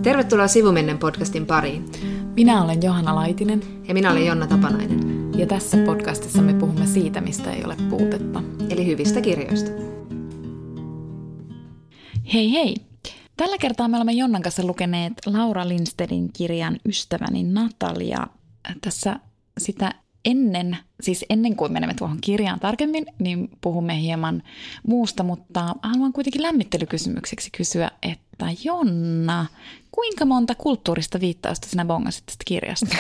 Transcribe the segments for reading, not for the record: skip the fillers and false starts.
Tervetuloa Sivumennen podcastin pariin. Minä olen Johanna Laitinen. Ja minä olen Jonna Tapanainen. Ja tässä podcastissa me puhumme siitä, mistä ei ole puutetta. Eli hyvistä kirjoista. Hei hei! Tällä kertaa me olemme Jonnan kanssa lukeneet Laura Lindstedin kirjan Ystäväni Natalia. Tässä sitä ennen kuin menemme tuohon kirjaan tarkemmin, niin puhumme hieman muusta, mutta haluan kuitenkin lämmittelykysymykseksi kysyä, että Jonna, kuinka monta kulttuurista viittausta sinä bongasit tästä kirjasta?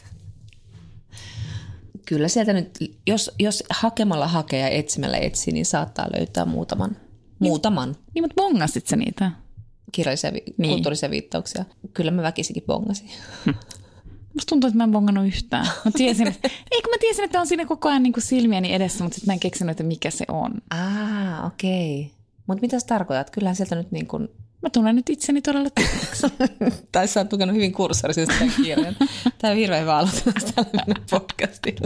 Kyllä sieltä nyt, jos hakemalla hakee ja etsimällä etsii, niin saattaa löytää muutaman. Niin, mutta bongasit sä niitä? Kirjallisia kulttuurisia viittauksia. Kyllä mä väkisikin bongasin. Musta tuntuu, että mä en bongannut yhtään. Mä tiesin, että on siinä koko ajan niin kuin silmieni edessä, mutta sitten mä en keksinyt, että mikä se on. Okei. Mutta mitä sä tarkoitat? Kyllähän sieltä nyt niin kuin... Mä tunnen nyt itseni todella tyhmäksi. Tai sä oot lukenut hyvin kursorisesti tämän kirjan. Tämä on hirveän hyvä aloittaa tällä podcastilla.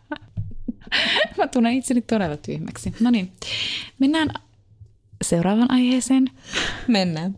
Mä tunnen itseni todella tyhmäksi. No niin, mennään seuraavaan aiheeseen. Mennään.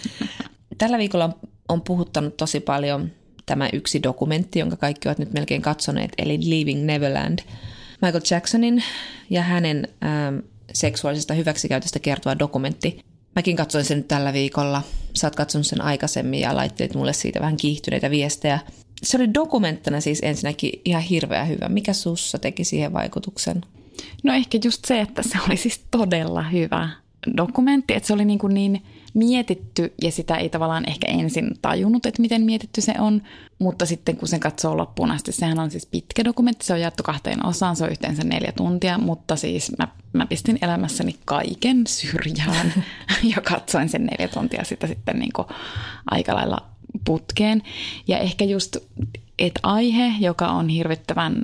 Tällä viikolla on puhuttanut tosi paljon tämä yksi dokumentti, jonka kaikki ovat nyt melkein katsoneet, eli Leaving Neverland. Michael Jacksonin ja hänen seksuaalisesta hyväksikäytöstä kertova dokumentti. Mäkin katsoin sen nyt tällä viikolla. Sä oot katsonut sen aikaisemmin ja laittelit mulle siitä vähän kiihtyneitä viestejä. Se oli dokumenttina siis ensinnäkin ihan hirveän hyvä. Mikä sussa teki siihen vaikutuksen? No ehkä just se, että se oli siis todella hyvä dokumentti, että se oli niin mietitty ja sitä ei tavallaan ehkä ensin tajunnut, että miten mietitty se on, mutta sitten kun sen katsoo loppuun asti, sehän on siis pitkä dokumentti, se on jaettu 2 osaan, se on yhteensä 4 tuntia, mutta siis mä pistin elämässäni kaiken syrjään ja katsoin sen 4 tuntia sitä sitten niin kuin aika lailla putkeen. Ja ehkä just, että aihe, joka on hirvittävän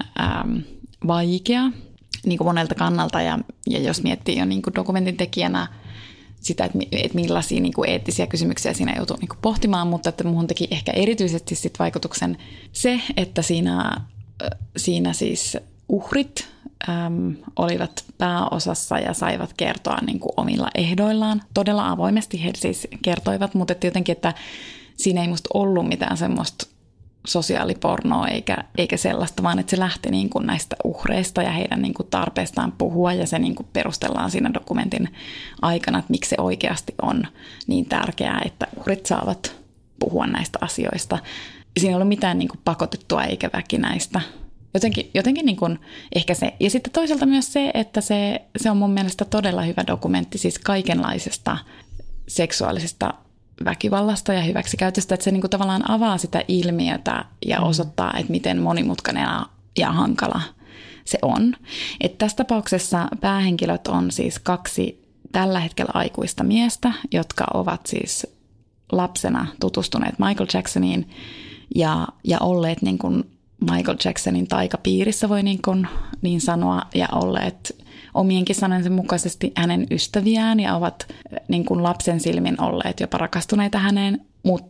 vaikea, niin kuin monelta kannalta ja jos miettii jo niin kuin dokumentin tekijänä sitä, että millaisia niin kuin eettisiä kysymyksiä siinä joutuu niin kuin pohtimaan, mutta että muhun teki ehkä erityisesti sit vaikutuksen se, että siinä siis uhrit olivat pääosassa ja saivat kertoa niin kuin omilla ehdoillaan. Todella avoimesti he siis kertoivat, mutta että jotenkin, että siinä ei musta ollut mitään semmoista sosiaalipornoa eikä sellaista, vaan että se lähti niin kuin näistä uhreista ja heidän niin kuin tarpeestaan puhua ja se niin kuin perustellaan siinä dokumentin aikana, että miksi se oikeasti on niin tärkeää, että uhrit saavat puhua näistä asioista. Siinä ei ollut mitään niin kuin pakotettua eikä väkinäistä. Jotenkin niin kuin ehkä se. Ja sitten toisaalta myös se, että se on mun mielestä todella hyvä dokumentti siis kaikenlaisesta seksuaalisesta väkivallasta ja hyväksikäytöstä, että se niin kuin tavallaan avaa sitä ilmiötä ja osoittaa, että miten monimutkainen ja hankala se on. Että tässä tapauksessa päähenkilöt on siis 2 tällä hetkellä aikuista miestä, jotka ovat siis lapsena tutustuneet Michael Jacksoniin ja olleet niin kuin Michael Jacksonin taikapiirissä, voi niin sanoa, ja olleet omienkin sanojensa mukaisesti hänen ystäviään ja ovat niin kuin lapsen silmin olleet jopa rakastuneita häneen,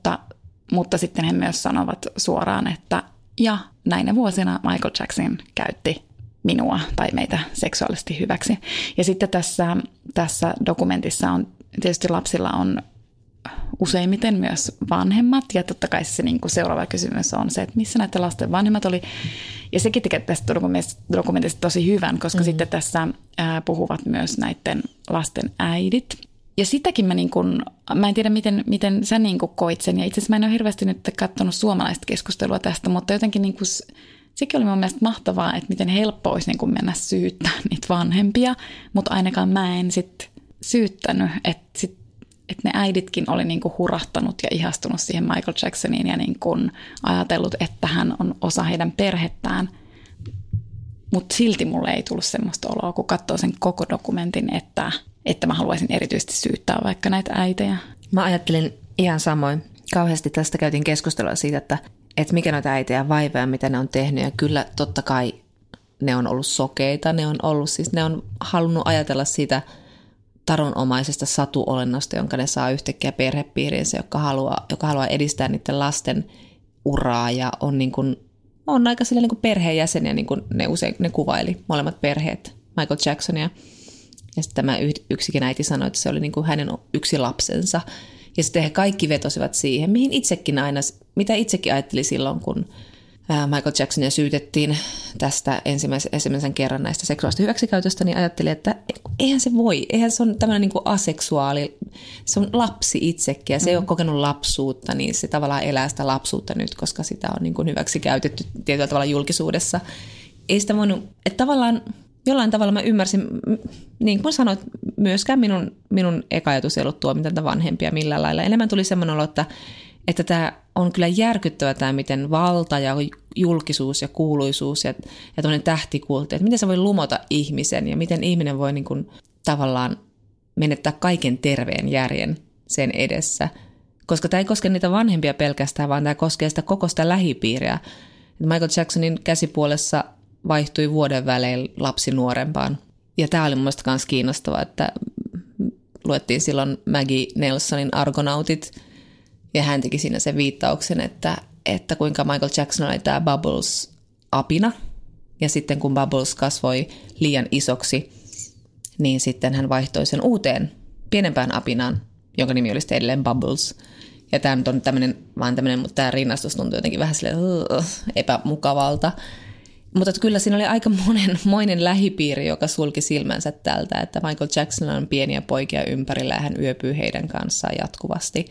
mutta sitten he myös sanovat suoraan, että ja näinä vuosina Michael Jackson käytti minua tai meitä seksuaalisesti hyväksi. Ja sitten tässä dokumentissa on tietysti lapsilla on useimmiten myös vanhemmat, ja totta kai se niin kuin seuraava kysymys on se, että missä näiden lasten vanhemmat oli. Ja sekin tekee tästä dokumentista tosi hyvän, koska sitten tässä puhuvat myös näiden lasten äidit. Ja sitäkin mä en tiedä, miten sä niin kuin koit sen, ja itse asiassa mä en ole hirveästi nyt katsonut suomalaista keskustelua tästä, mutta jotenkin niin kuin sekin oli mun mielestä mahtavaa, että miten helppo olisi niin kuin mennä syyttämään niitä vanhempia, mutta ainakaan mä en sitten syyttänyt, että ne äiditkin oli niin kuin hurahtanut ja ihastunut siihen Michael Jacksoniin ja niin kuin ajatellut, että hän on osa heidän perhettään. Mutta silti mulle ei tullut semmoista oloa, kun katsoo sen koko dokumentin, että mä haluaisin erityisesti syyttää vaikka näitä äitejä. Mä ajattelin ihan samoin. Kauheasti tästä käytiin keskustelua siitä, että mikä noita äitejä vaivaa, mitä ne on tehnyt. Ja kyllä totta kai ne on ollut sokeita, ne on halunnut ajatella siitä tarunomaisesta satuolennosta, jonka ne saa yhtäkkiä perhepiiriinsä, joka haluaa edistää niiden lasten uraa ja on aika sillä niin kuin perheenjäseniä, niin kuin ne kuvaili, molemmat perheet, Michael Jacksonia. Ja sitten tämä yksikin äiti sanoi, että se oli niin kuin hänen yksi lapsensa. Ja sitten he kaikki vetosivat siihen, mihin itsekin aina, mitä itsekin ajatteli silloin, kun Michael Jacksonia syytettiin tästä ensimmäisen kerran näistä seksuaalista hyväksikäytöstä, niin ajattelin, että eihän se voi, eihän se on tämmöinen niin kuin aseksuaali, se on lapsi itsekin ja se ei ole kokenut lapsuutta, niin se tavallaan elää sitä lapsuutta nyt, koska sitä on niin kuin hyväksikäytetty tietyllä tavalla julkisuudessa. Ei sitä voinut, että tavallaan jollain tavalla mä ymmärsin, niin kuin sanoit, myöskään minun eka ajatus ei ollut tuomita tätä vanhempia millään lailla. Enemmän tuli semmoinen olo, että tämä on kyllä järkyttävä tämä, miten valta ja julkisuus ja kuuluisuus ja tämmöinen tähtikultti, että miten se voi lumota ihmisen ja miten ihminen voi niin kuin tavallaan menettää kaiken terveen järjen sen edessä. Koska tämä ei koske niitä vanhempia pelkästään, vaan tämä koskee sitä koko sitä lähipiiriä. Michael Jacksonin käsipuolessa vaihtui vuoden välein lapsi nuorempaan. Ja tämä oli mun mielestä myös kiinnostavaa, että luettiin silloin Maggie Nelsonin Argonautit, ja hän teki siinä sen viittauksen, että kuinka Michael Jackson oli tämä Bubbles-apina. Ja sitten kun Bubbles kasvoi liian isoksi, niin sitten hän vaihtoi sen uuteen, pienempään apinaan, jonka nimi oli edelleen Bubbles. Ja tämä nyt on vaan tämmöinen, mutta tämä rinnastus tuntui jotenkin vähän silleen epämukavalta. Mutta kyllä siinä oli aika monen lähipiiri, joka sulki silmänsä tältä, että Michael Jackson on pieniä poikia ympärillä ja hän yöpyy heidän kanssaan jatkuvasti.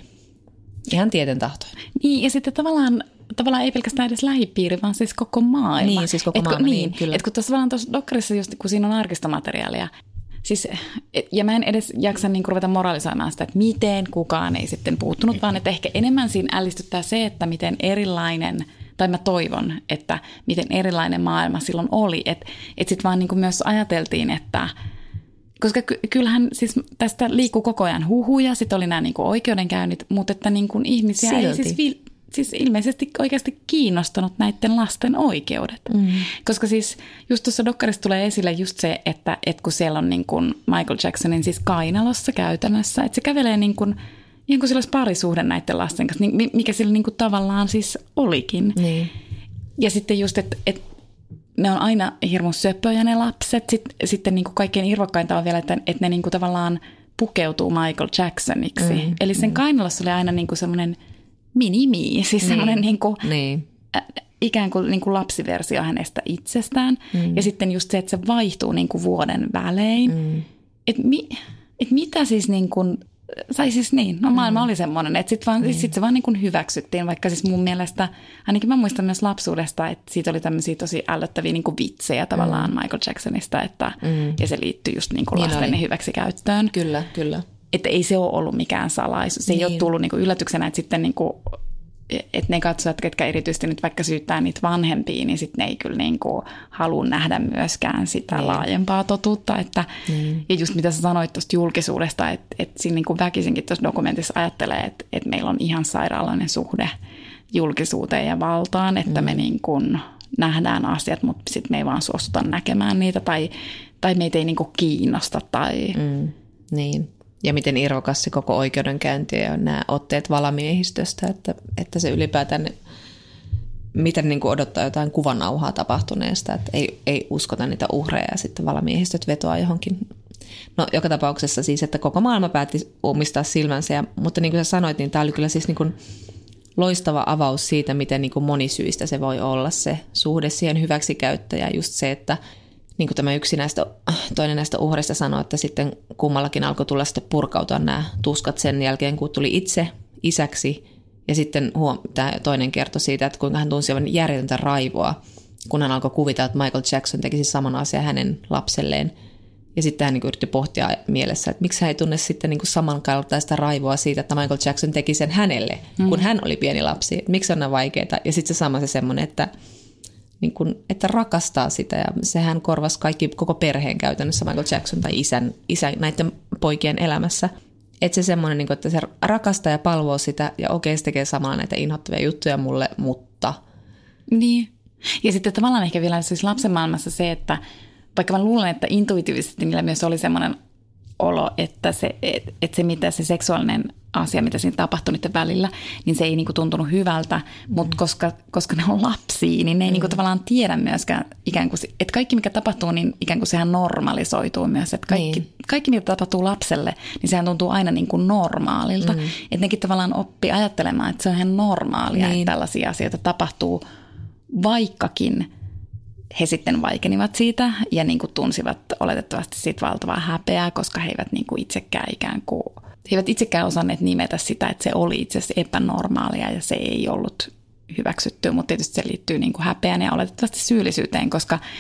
Ihan tieten tahtoin. Niin, ja sitten tavallaan ei pelkästään edes lähipiiri, vaan siis koko maailma. Niin, siis koko maailma, niin kyllä. Että kun tuossa dokkarissa just, kun siinä on arkistomateriaalia, siis, ja mä en edes jaksa niin ruveta moralisoimaan sitä, että miten kukaan ei sitten puuttunut, vaan että ehkä enemmän siinä ällistyttää se, että miten erilainen, tai mä toivon, että miten erilainen maailma silloin oli. Että sitten vaan niin kuin myös ajateltiin, että koska kyllähän siis tästä liikkuu koko ajan huhuja, sitten oli nämä niin kuin oikeudenkäynnit, mutta että niin kuin ihmisiä silti ei siis ilmeisesti oikeasti kiinnostanut näiden lasten oikeudet. Koska siis just tuossa dokkarissa tulee esille just se, että kun siellä on niin kuin Michael Jacksonin siis kainalossa käytännössä, että se kävelee niin kuin, ihan kuin sillä olisi parisuhde näiden lasten kanssa, niin mikä sillä niin kuin tavallaan siis olikin. Niin. Ja sitten just, että ne on aina hirmu söpöjä ne lapset. Sitten niin kuin kaikkein irvokkainta on vielä, että ne niin kuin tavallaan pukeutuu Michael Jacksoniksi. Eli sen kainalossa oli aina niin kuin semmoinen mini-me, siis semmoinen niin kuin, ikään kuin lapsiversio hänestä itsestään. Ja sitten just se, että se vaihtuu niin kuin vuoden välein. Että mitä siis niin kuin, tai siis niin, no maailma oli semmoinen, että sit se vaan niin kuin hyväksyttiin, vaikka siis mun mielestä, ainakin mä muistan myös lapsuudesta, että siitä oli tämmöisiä tosi ällöttäviä niin kuin vitsejä tavallaan Michael Jacksonista, ja se liittyy just niin kuin lasten hyväksikäyttöön. Kyllä, kyllä. Että ei se ole ollut mikään salaisuus, se ei ole tullut niin kuin yllätyksenä, että sitten niin kuin, että ne katsojat, ketkä erityisesti nyt vaikka syyttää niitä vanhempia, niin sitten ne ei kyllä niin kuin halua nähdä myöskään sitä laajempaa totuutta. Että, ja just mitä sä sanoit tuosta julkisuudesta, että siinä niin kuin väkisinkin tuossa dokumentissa ajattelee, että meillä on ihan sairaalainen suhde julkisuuteen ja valtaan, että me niin kuin nähdään asiat, mutta sitten me ei vaan suostuta näkemään niitä tai meitä ei niin kuin kiinnosta. Niin. Ja miten irvokas se koko oikeudenkäynti ja nämä otteet valamiehistöstä, että se ylipäätään, miten niin kuin odottaa jotain kuvanauhaa tapahtuneesta, että ei uskota niitä uhreja ja sitten valamiehistöt vetoaa johonkin. No joka tapauksessa siis, että koko maailma päätti omistaa silmänsä, mutta niin kuin sä sanoit, niin tämä oli kyllä siis niin kuin loistava avaus siitä, miten niin kuin monisyistä se voi olla se suhde siihen hyväksikäyttäjään, just se, että niin kuin tämä toinen näistä uhreista sanoi, että sitten kummallakin alkoi tulla sitten purkautua nämä tuskat sen jälkeen, kun tuli itse isäksi. Ja sitten tämä toinen kertoi siitä, että kuinka hän tunsi aivan järjetöntä raivoa, kun hän alkoi kuvitella, että Michael Jackson tekisi saman asian hänen lapselleen. Ja sitten hän niin kuin yritti pohtia mielessä, että miksi hän ei tunne sitten niin kuin samankaltaista raivoa siitä, että Michael Jackson teki sen hänelle, kun hän oli pieni lapsi. Että miksi on näin vaikeaa? Ja sitten se sama se semmoinen, että rakastaa sitä, ja sehän korvasi koko perheen käytännössä Michael Jackson tai isä näiden poikien elämässä. Että se semmoinen, että se rakastaa ja palvoo sitä, ja okei, se tekee samalla näitä inhottavia juttuja mulle, mutta... Niin. Ja sitten tavallaan ehkä vielä siis lapsen maailmassa se, että vaikka mä luulen, että intuitiivisesti niillä myös oli semmoinen olo, että se mitä se seksuaalinen asia, mitä siinä tapahtui niiden välillä, niin se ei niinku tuntunut hyvältä, mutta koska ne on lapsia, niin ne ei niinku tavallaan tiedä myöskään ikään kuin, että kaikki mikä tapahtuu, niin ikään kuin sehän normalisoituu myös, että kaikki mitä tapahtuu lapselle, niin sehän tuntuu aina niin kuin normaalilta, että nekin tavallaan oppii ajattelemaan, että se on ihan normaalia, että tällaisia asioita tapahtuu, vaikkakin he sitten vaikenivat siitä ja niin kuin tunsivat oletettavasti siitä valtavaa häpeää, koska he eivät niin kuin he eivät itsekään osanneet nimetä sitä, että se oli itse asiassa epänormaalia ja se ei ollut hyväksytty, mutta tietysti se liittyy niin kuin häpeään ja oletettavasti syyllisyyteen,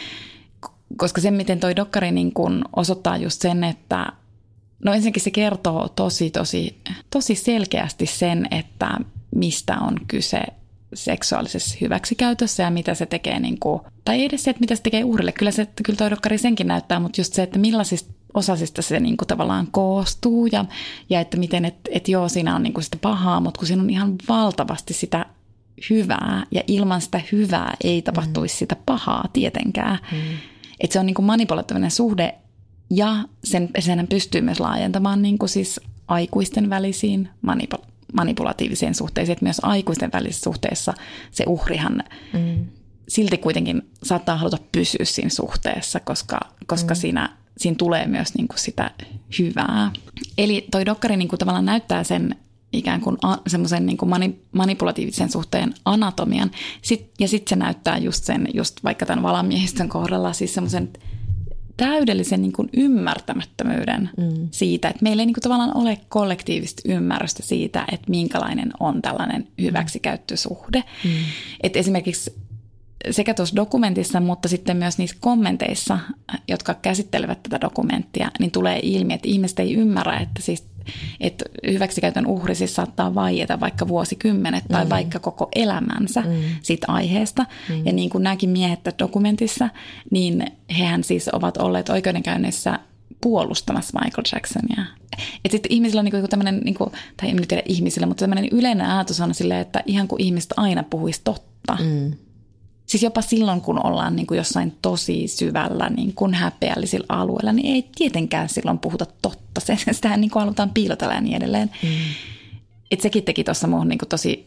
koska se, miten toi dokkari niin kuin osoittaa just sen, että no ensinnäkin se kertoo tosi selkeästi sen, että mistä on kyse seksuaalisessa hyväksikäytössä ja mitä se tekee, niin kuin, tai ei edes se, että mitä se tekee uhrille. Kyllä toi dokkari senkin näyttää, mutta just se, että millaisista osasista se niin kuin tavallaan koostuu ja että miten, että joo, siinä on niin kuin sitä pahaa, mutta kun siinä on ihan valtavasti sitä hyvää ja ilman sitä hyvää ei tapahtuisi sitä pahaa tietenkään. Että se on niin kuin manipulatiivinen suhde ja sen pystyy myös laajentamaan niin kuin siis aikuisten välisiin manipulatiivisiin suhteisiin, että myös aikuisten välisissä suhteissa se uhrihan silti kuitenkin saattaa haluta pysyä siinä suhteessa, koska siinä tulee myös niin kuin sitä hyvää. Eli toi dokkari niin kuin tavallaan näyttää sen ikään kuin semmoisen niin kuin manipulatiivisen suhteen anatomian, ja sitten se näyttää just vaikka tämän valamiehistön kohdalla siis semmoisen täydellisen niin kuin ymmärtämättömyyden siitä, että meillä ei niin kuin tavallaan ole kollektiivista ymmärrystä siitä, että minkälainen on tällainen hyväksikäyttösuhde. Että esimerkiksi sekä tuossa dokumentissa, mutta sitten myös niissä kommenteissa, jotka käsittelevät tätä dokumenttia, niin tulee ilmi, että ihmiset ei ymmärrä, että hyväksikäytön uhri siis saattaa vaieta vaikka vuosikymmenet tai vaikka koko elämänsä siitä aiheesta. Ja niin kuin nämäkin miehet dokumentissa, niin hehän siis ovat olleet oikeudenkäynnissä puolustamassa Michael Jacksonia. Että sitten ihmisillä on niinku tämmöinen, niinku, tai en nyt tiedä ihmisillä, mutta tämmöinen yleinen ajatus on silleen, että ihan kuin ihmiset aina puhuisi totta. Siis jopa silloin, kun ollaan niin kuin jossain tosi syvällä niin kuin häpeällisillä alueilla, niin ei tietenkään silloin puhuta totta. Sitähän niin kuin halutaan piilotella ja niin edelleen. Et sekin teki tuossa muuhun niin kuin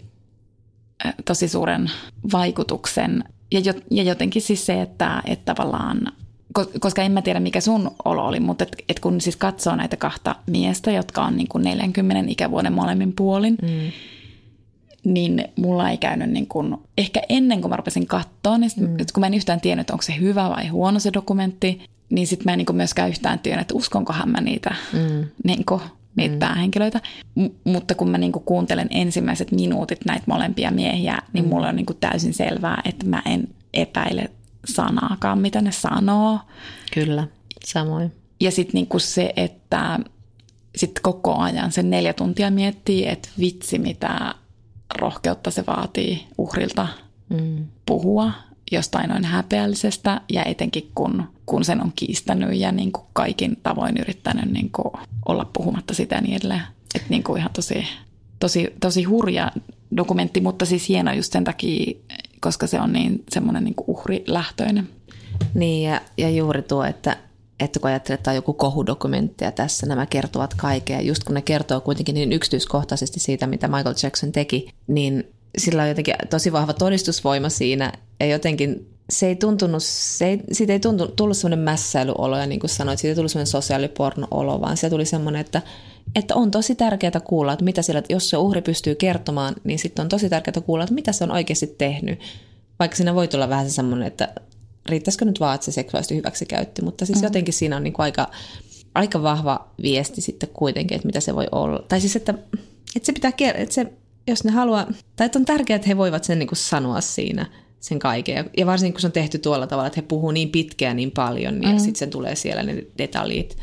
tosi suuren vaikutuksen. Ja jotenkin siis se, että tavallaan, koska en mä tiedä mikä sun olo oli, mutta et kun siis katsoo näitä kahta miestä, jotka on niin kuin 40 ikävuoden molemmin puolin, niin mulla ei käynyt niin kuin, ehkä ennen kuin mä rupesin katsoa, niin kun mä en yhtään tiennyt, että onko se hyvä vai huono se dokumentti, niin sitten mä en niin kuin myöskään yhtään tiennyt, että uskonkohan mä niitä, niin kuin, niitä päähenkilöitä. Mutta kun mä niin kuin kuuntelen ensimmäiset minuutit näitä molempia miehiä, niin mulla on niin kuin täysin selvää, että mä en epäile sanaakaan, mitä ne sanoo. Kyllä, samoin. Ja sitten niin kuin se, että sit koko ajan sen 4 tuntia miettii, että vitsi mitä rohkeutta se vaatii uhrilta puhua jostain noin häpeällisestä ja etenkin kun sen on kiistänyt ja niin kuin kaikin tavoin yrittänyt niin kuin olla puhumatta sitä niin edelleen. Että niin kuin ihan tosi hurja dokumentti, mutta siis hieno just sen takia, koska se on niin semmoinen niin kuin uhrilähtöinen. Niin ja juuri tuo, että kun ajattelet, että tämä on joku kohudokumentti ja tässä nämä kertovat kaikkea. Just kun ne kertoo kuitenkin niin yksityiskohtaisesti siitä, mitä Michael Jackson teki, niin sillä on jotenkin tosi vahva todistusvoima siinä. Ja jotenkin siitä ei tullut semmoinen mässäilyolo, ja niin kuin sanoit, siitä ei tullut semmoinen sosiaaliporno-olo, vaan siitä tuli semmoinen, että on tosi tärkeää kuulla, että mitä siellä, jos se uhri pystyy kertomaan, niin sitten on tosi tärkeää kuulla, että mitä se on oikeasti tehnyt. Vaikka siinä voi tulla vähän se semmoinen, että riittäisikö nyt vaan, että se seksuaalisesti hyväksikäytti, mutta siis jotenkin siinä on niin kuin aika vahva viesti sitten kuitenkin, että mitä se voi olla. Tai siis, että se pitää, että se, jos ne haluaa, tai että on tärkeää, että he voivat sen niin kuin sanoa siinä sen kaiken. Ja varsinkin kun se on tehty tuolla tavalla, että he puhuu niin pitkään niin paljon, ja sitten se tulee siellä ne detaljit.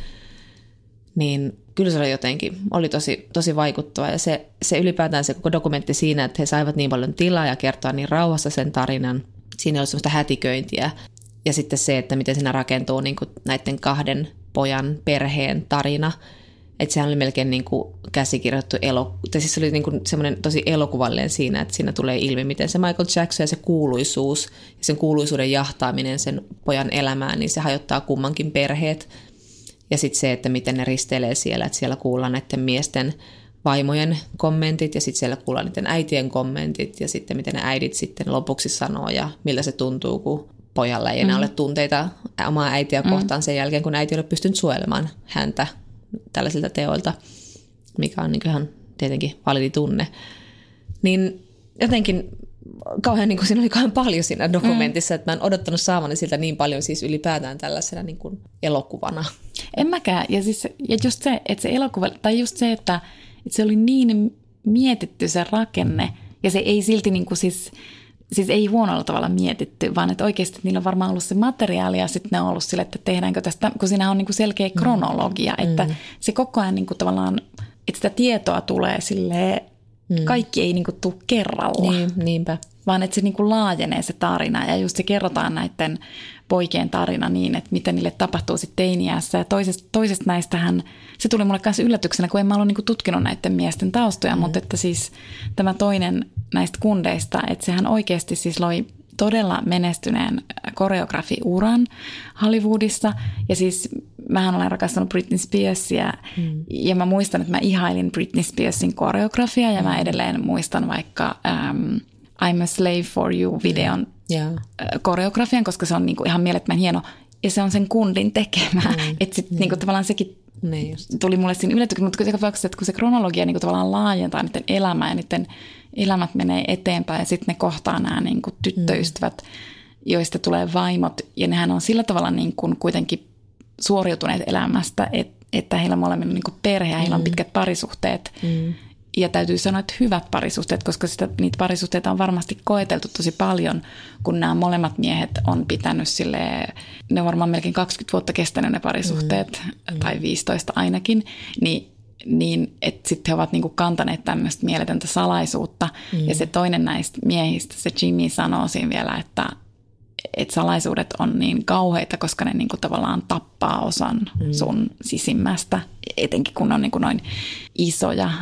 Niin kyllä se oli jotenkin, oli tosi vaikuttava. Ja se ylipäätään se koko dokumentti siinä, että he saivat niin paljon tilaa ja kertoa niin rauhassa sen tarinan. Siinä ei ollut sellaista hätiköintiä. Ja sitten se, että miten siinä rakentuu niin kuin näiden 2 pojan perheen tarina. Että sehän oli melkein niin kuin käsikirjoittu tai siis se oli niin kuin semmoinen tosi elokuvallinen siinä, että siinä tulee ilmi, miten se Michael Jackson ja se kuuluisuus ja sen kuuluisuuden jahtaaminen sen pojan elämään, niin se hajottaa kummankin perheet. Ja sitten se, että miten ne risteilee siellä, että siellä kuullaan näiden miesten vaimojen kommentit ja sitten siellä kuullaan niiden äitien kommentit ja sitten miten ne äidit sitten lopuksi sanoo ja miltä se tuntuu, kun pojalla ei enää ole tunteita omaa äitiä kohtaan sen jälkeen, kun äiti ei ole pystynyt suojelemaan häntä tällaisilta teoilta, mikä on niin ihan tietenkin validi tunne. Niin jotenkin kauhean, niin kuin siinä oli kauhean paljon siinä dokumentissa, että mä en odottanut saavani siltä niin paljon siis ylipäätään tällaisena niin kuin elokuvana. En mäkään. Ja just se, että se elokuva, tai just se, että se oli niin mietitty se rakenne, ja se ei silti niin kuin siis ei huonolla tavalla mietitty, vaan että oikeasti niillä on varmaan ollut se materiaali, ja sitten ne on ollut sille, että tehdäänkö tästä, kun siinä on niin kuin selkeä kronologia, että se koko ajan niin kuin tavallaan, että sitä tietoa tulee silleen, kaikki ei niin kuin tule kerralla. Niinpä. Vaan että se niin kuin laajenee se tarina, ja just se kerrotaan näiden poikien tarina niin, että mitä niille tapahtuu sitten teiniässä. Ja toisesta näistähän, se tuli mulle kanssa yllätyksenä, kun en mä ollut niin kuin tutkinut näiden miesten taustoja, mutta että siis tämä toinen näistä kundeista, että sehän oikeasti siis loi todella menestyneen koreografiuran Hollywoodissa. Ja siis mähän olen rakastanut Britney Spearsia ja mä muistan, että mä ihailin Britney Spearsin koreografiaa ja mä edelleen muistan vaikka I'm a Slave for You-videon koreografian, koska se on niinku ihan mielettömän hieno ja se on sen kundin tekemä. Että sitten niinku tavallaan sekin tuli mulle siinä yllätyksenä, mutta kun se kronologia niinku tavallaan laajentaa niiden elämää ja niiden elämät menee eteenpäin ja sitten ne kohtaa nämä niinku tyttöystävät, joista tulee vaimot ja nehän on sillä tavalla niinku kuitenkin suoriutuneet elämästä, että heillä molemmilla on niinku perhe ja heillä on pitkät parisuhteet. Ja täytyy sanoa, että hyvät parisuhteet, koska niitä parisuhteita on varmasti koeteltu tosi paljon, kun nämä molemmat miehet on pitänyt silleen, ne on varmaan melkein 20 vuotta kestänyt ne parisuhteet, tai 15 ainakin, niin että sitten he ovat niinku kantaneet tämmöistä mieletöntä salaisuutta. Ja se toinen näistä miehistä, se Jimmy, sanoo siinä vielä, että salaisuudet on niin kauheita, koska ne niinku tavallaan tappaa osan sun sisimmästä, etenkin kun on niinku noin isoja.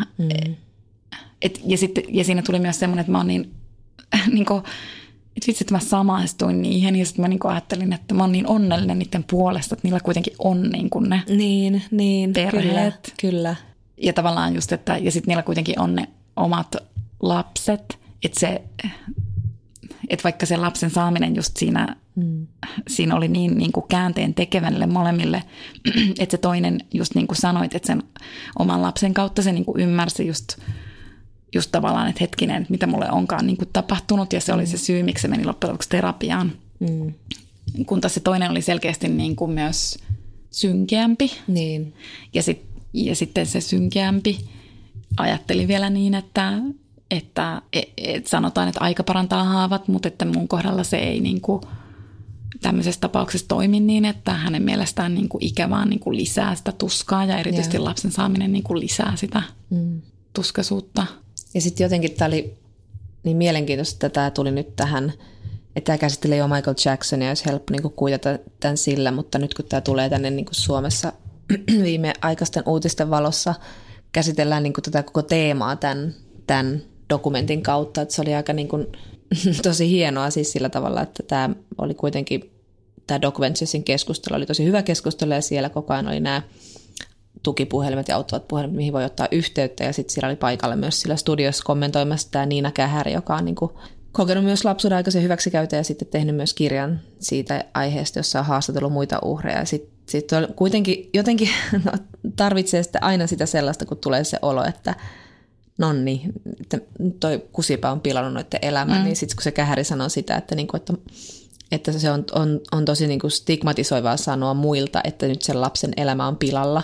Ja siinä tuli myös semmoinen, että mä oon niinku, että vitsi, että mä samaistuin niihin ja sitten mä niinku ajattelin, että mä oon niin onnellinen niiden puolesta, että niillä kuitenkin on niinku ne perheet. Kyllä. Ja tavallaan just, että ja sitten niillä kuitenkin on ne omat lapset, että vaikka se lapsen saaminen just siinä oli niin kuin käänteen tekevänille molemmille, että se toinen just niin kuin sanoit, että sen oman lapsen kautta se niin kuin ymmärsi just tavallaan, että hetkinen, mitä mulle onkaan niin kuin tapahtunut ja se oli se syy, miksi se meni loppujen lopuksi terapiaan. Kun taas se toinen oli selkeästi niin kuin myös synkeämpi. Niin. Ja sitten se synkeämpi ajatteli vielä niin, että sanotaan, että aika parantaa haavat, mutta että mun kohdalla se ei niin kuin tämmöisessä tapauksessa toimi niin, että hänen mielestään niin kuin ikä vaan niin kuin lisää sitä tuskaa ja erityisesti lapsen saaminen niin kuin lisää sitä tuskaisuutta. Ja sitten jotenkin tämä oli niin mielenkiintoista, että tämä tuli nyt tähän, että tämä käsittelee jo Michael Jacksonia, olisi helppo niin kuin kuitata tämän sillä, mutta nyt kun tämä tulee tänne niin kuin Suomessa viimeaikaisten uutisten valossa, käsitellään niin kuin tätä koko teemaa tämän dokumentin kautta, että se oli aika niin kuin, tosi hienoa siis sillä tavalla, että tämä oli kuitenkin, tämä Doc Venturesin keskustelu oli tosi hyvä keskustelu ja siellä koko ajan oli nämä tukipuhelimet ja auttavat puhelimet, mihin voi ottaa yhteyttä ja sitten siellä oli paikalla myös sillä studiossa kommentoimassa tämä Niina Kähäri, joka on niin kuin kokenut myös lapsuuden aikaisen hyväksikäytön ja sitten tehnyt myös kirjan siitä aiheesta, jossa on haastatellut muita uhreja. Sitten kuitenkin jotenkin tarvitsee sitten aina sitä sellaista, kun tulee se olo, että nonni, toi kusipää on pilannut noiden elämän, niin sitten kun se Kähäri sanoo sitä, että se on tosi niin kuin stigmatisoivaa sanoa muilta, että nyt sen lapsen elämä on pilalla,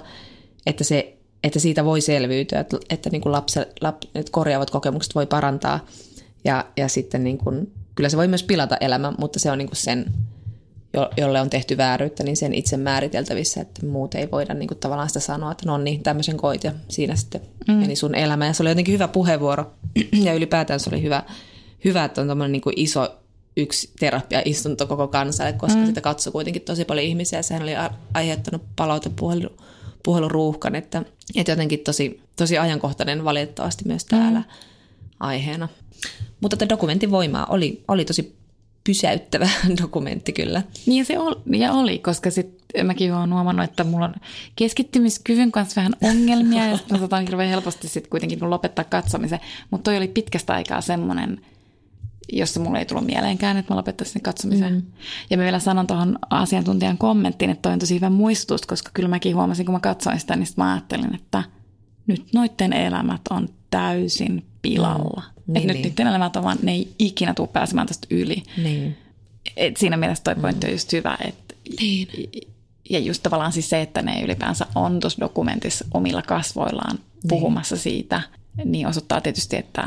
että siitä voi selviytyä, että niin kuin että korjaavat kokemukset voi parantaa ja sitten niin kuin, kyllä se voi myös pilata elämän, mutta se on niin kuin sen, jolle on tehty vääryyttä, niin sen itse määriteltävissä, että muut ei voida niin kuin tavallaan sitä sanoa, että no niin, tämmöisen koit ja siinä sitten meni sun elämä. Ja se oli jotenkin hyvä puheenvuoro ja ylipäätään se oli hyvä että on tämmöinen niin kuin iso yksi terapiaistunto koko kansalle, koska sitä katsoi kuitenkin tosi paljon ihmisiä ja sehän oli aiheuttanut palautepuheluruuhkan, että jotenkin tosi ajankohtainen valitettavasti myös täällä aiheena. Mutta tämä dokumentin voimaa oli tosi pysäyttävä dokumentti kyllä. Niin ja oli, koska sitten mäkin olen huomannut, että mulla on keskittymiskyvyn kanssa vähän ongelmia ja sitten mä saataan hirveän helposti sitten kuitenkin lopettaa katsomisen. Mutta toi oli pitkästä aikaa semmoinen, jossa mulla ei tullut mieleenkään, että mä lopettaisin katsomisen. Ja mä vielä sanon tuohon asiantuntijan kommenttiin, että toi on tosi hyvä muistutus, koska kyllä mäkin huomasin, kun mä katsoin sitä, niin mä ajattelin, että nyt noitten elämät on täysin pilalla. Että nyt niiden elämät on vaan, ne ei ikinä tule pääsemään tästä yli. Niin. Et siinä mielessä toi pointti on just hyvä. Ja just tavallaan siis se, että ne ylipäänsä on tuossa dokumentissa omilla kasvoillaan puhumassa siitä, niin osoittaa tietysti, että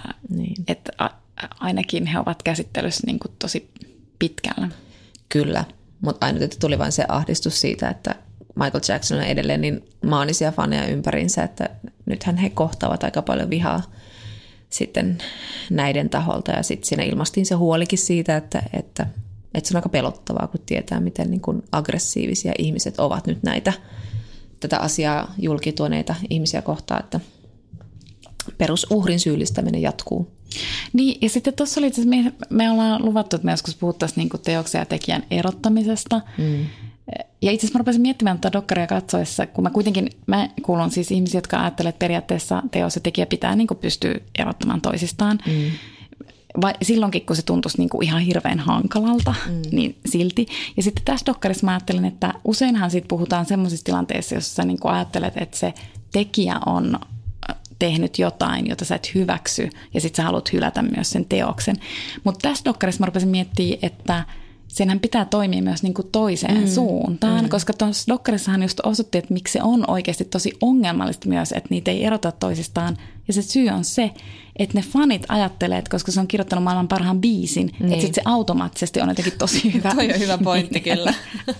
ainakin he ovat käsittelyssä niin kuin tosi pitkällä. Kyllä, mutta aina tuli vain se ahdistus siitä, että Michael Jackson on edelleen niin maanisia faneja ympäriinsä, että nythän he kohtaavat aika paljon vihaa sitten näiden taholta. Ja sitten siinä ilmastiin se huolikin siitä, että se on aika pelottavaa, kun tietää, miten niin kuin aggressiivisia ihmiset ovat nyt tätä asiaa julkituoneita ihmisiä kohtaan, että perusuhrin syyllistäminen jatkuu. Niin, ja sitten tuossa oli itse asiassa, me ollaan luvattu, että me joskus puhuttaisiin niin kuin teoksen ja tekijän erottamisesta. Ja itse asiassa mä rupesin miettimään tätä dokkaria katsoessa, kun mä kuulun siis ihmisiä, jotka ajattelevat, että periaatteessa teos ja tekijä pitää niin kuin pystyä erottamaan toisistaan. Vai silloinkin, kun se tuntuisi niin kuin ihan hirveän hankalalta, niin silti. Ja sitten tässä dokkarissa mä ajattelin, että useinhan siitä puhutaan semmoisissa tilanteissa, jossa sä niin kuin ajattelet, että se tekijä on tehnyt jotain, jota sä et hyväksy, ja sitten sä haluat hylätä myös sen teoksen. Mutta tässä dokkarissa mä rupesin miettimään, että senhän pitää toimia myös niin kuin toiseen suuntaan, koska tuossa dokkarissahan just osoitti, että miksi se on oikeasti tosi ongelmallista myös, että niitä ei erota toisistaan. Ja se syy on se, että ne fanit ajattelee, että koska se on kirjoittanut maailman parhaan biisin, että sitten se automaattisesti on jotenkin tosi hyvä. Toi on hyvä pointti kyllä.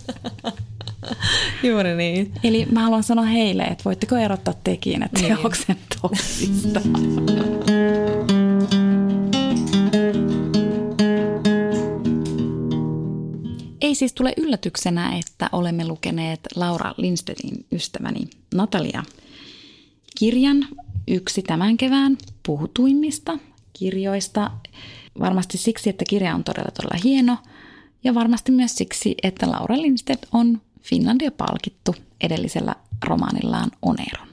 Juuri niin. Eli mä haluan sanoa heille, että voitteko erottaa tekijän ja teoksen toisistaan. Ei siis tule yllätyksenä, että olemme lukeneet Laura Lindstedtin ystäväni Natalia kirjan, yksi tämän kevään puhutuimmista kirjoista. Varmasti siksi, että kirja on todella hieno ja varmasti myös siksi, että Laura Lindstedt on Finlandia-palkittu edellisellä romaanillaan Oneron.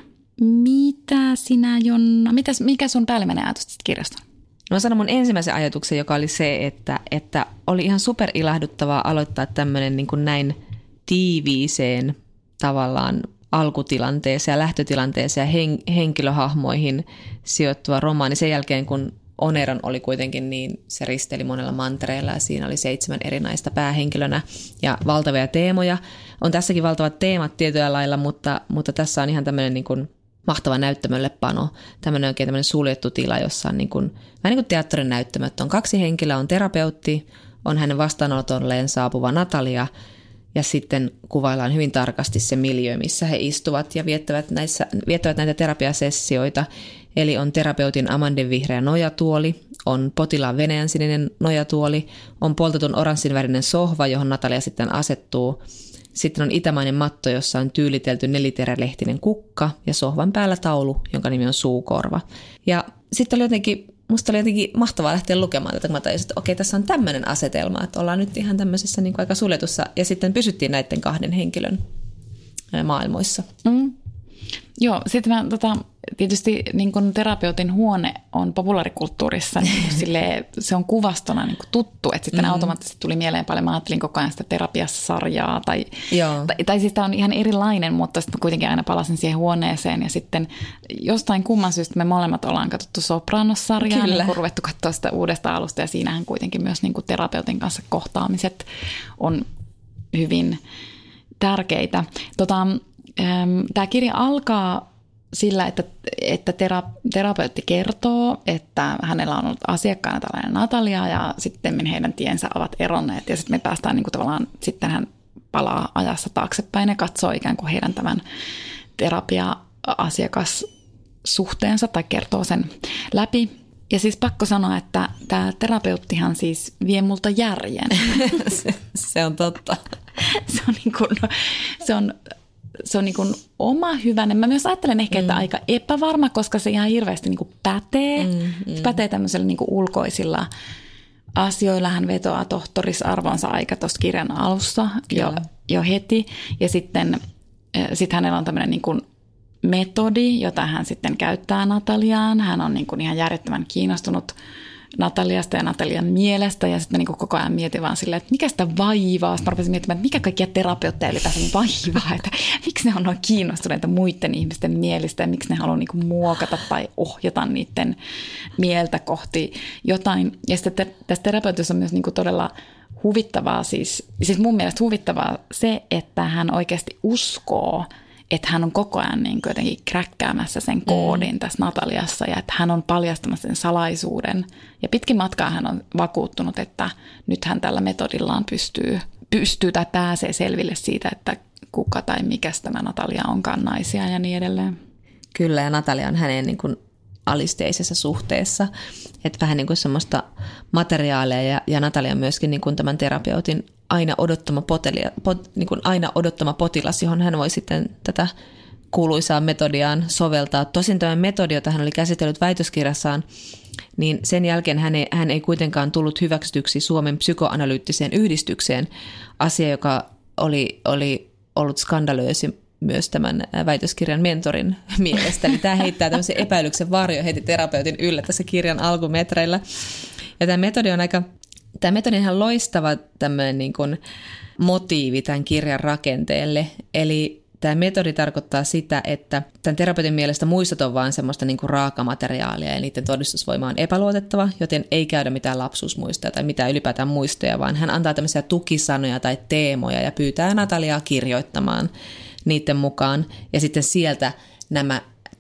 Mitä sinä, Jonna, mikä sun päällimmäinen ajatus tästä kirjasta on? Mä sanon mun ensimmäisen ajatuksen, joka oli se, että oli ihan superilahduttavaa aloittaa tämmöinen niin kuin näin tiiviiseen tavallaan alkutilanteeseen ja lähtötilanteeseen ja henkilöhahmoihin sijoittuva romaani. Sen jälkeen, kun Oneron oli kuitenkin niin, se risteli monella mantereella ja siinä oli 7 erinäistä päähenkilönä ja valtavia teemoja. On tässäkin valtavat teemat tietyllä lailla, mutta tässä on ihan tämmöinen niin kuin mahtava näyttämöllepano, tämmöinen oikein tämmöinen suljettu tila, jossa on vähän niin kuin teatterin näyttämö. On 2 henkilöä, on terapeutti, on hänen vastaanotolleen saapuva Natalia ja sitten kuvaillaan hyvin tarkasti se miljöö, missä he istuvat ja viettävät näitä terapiasessioita. Eli on terapeutin Amanden vihreä nojatuoli, on potilaan veneänsininen nojatuoli, on poltetun oranssinvärinen sohva, johon Natalia sitten asettuu. Sitten on itämainen matto, jossa on tyylitelty 4-terälehtinen kukka ja sohvan päällä taulu, jonka nimi on Suukorva. Ja sitten musta oli jotenkin mahtavaa lähteä lukemaan tätä, kun mä tajusin, että okei, tässä on tämmöinen asetelma, että ollaan nyt ihan tämmöisessä niin kuin aika suljetussa, ja sitten pysyttiin näiden 2 henkilön maailmoissa. Joo, sitten tietysti niin kun terapeutin huone on populaarikulttuurissa, niin silleen, se on kuvastona niin kun tuttu, että sitten automaattisesti tuli mieleen paljon, mä ajattelin koko ajan sitä terapiassa-sarjaa, tai siis tämä on ihan erilainen, mutta sitten kuitenkin aina palasin siihen huoneeseen, ja sitten jostain kumman syystä me molemmat ollaan katsottu Sopranos-sarjaa, niin kun ruvettu katsoa sitä uudesta alusta, ja siinähän kuitenkin myös niin kun terapeutin kanssa kohtaamiset on hyvin tärkeitä. Tämä kirja alkaa sillä, että terapeutti kertoo, että hänellä on ollut asiakkaana tällainen Natalia ja sitten heidän tiensä ovat eronneet. Ja sitten me päästään niin kuin tavallaan, sitten hän palaa ajassa taaksepäin ja katsoo ikään kuin heidän tämän terapia-asiakassuhteensa tai kertoo sen läpi. Ja siis pakko sanoa, että tämä terapeuttihan siis vie multa järjen. Se on totta. Se on niin kuin oma hyvänen. Mä myös ajattelen ehkä, että aika epävarma, koska se ihan hirveästi niin kuin pätee. Se pätee tämmöisellä niin kuin ulkoisilla asioilla hän vetoaa tohtorisarvonsa aika tuossa kirjan alussa jo heti. Ja sitten hänellä on tämmöinen niin kuin metodi, jota hän sitten käyttää Nataliaan. Hän on niin kuin ihan järjettömän kiinnostunut Nataliasta ja Natalian mielestä, ja sitten niin koko ajan mietin vaan silleen, että mikä sitä vaivaa. Sitten mä rupesin miettimään, että mikä kaikkia terapeutteja ylipäänsä vaivaa, että miksi ne on noin kiinnostuneita muiden ihmisten mielistä ja miksi ne haluaa niin muokata tai ohjata niiden mieltä kohti jotain. Ja sitten tässä terapeutissa on myös niin todella huvittavaa, siis mun mielestä huvittavaa se, että hän oikeasti uskoo, että hän on koko ajan niin jotenkin kräkkäämässä sen koodin tässä Nataliassa ja että hän on paljastamassa sen salaisuuden. Ja pitkin matkaa hän on vakuuttunut, että nyt hän tällä metodillaan pystyy tai pääsee selville siitä, että kuka tai mikä tämä Natalia onkaan naisia ja niin edelleen. Kyllä, ja Natalia on hänen niin kuin alisteisessa suhteessa, että vähän niin kuin semmoista materiaalia ja Natalia on myöskin niin kuin tämän terapeutin aina odottama potilas, johon hän voi sitten tätä kuuluisaa metodiaan soveltaa. Tosin tämä metodi, jota hän oli käsitellyt väitöskirjassaan, niin sen jälkeen hän ei kuitenkaan tullut hyväksytyksi Suomen psykoanalyyttiseen yhdistykseen, asia, joka oli ollut skandalöösi myös tämän väitöskirjan mentorin mielestä. Eli tämä heittää tämmöisen epäilyksen varjo heti terapeutin yllä tässä kirjan alkumetreillä. Ja tämä metodi on ihan loistava tämmöinen niin kuin motiivi tämän kirjan rakenteelle. Eli tämä metodi tarkoittaa sitä, että tämän terapeutin mielestä muistot on vaan semmoista niin kuin raakamateriaalia ja niiden todistusvoima on epäluotettava, joten ei käydä mitään lapsuusmuistoja tai mitään ylipäätään muistoja, vaan hän antaa tämmöisiä tukisanoja tai teemoja ja pyytää Nataliaa kirjoittamaan niiden mukaan. Ja sitten sieltä nämä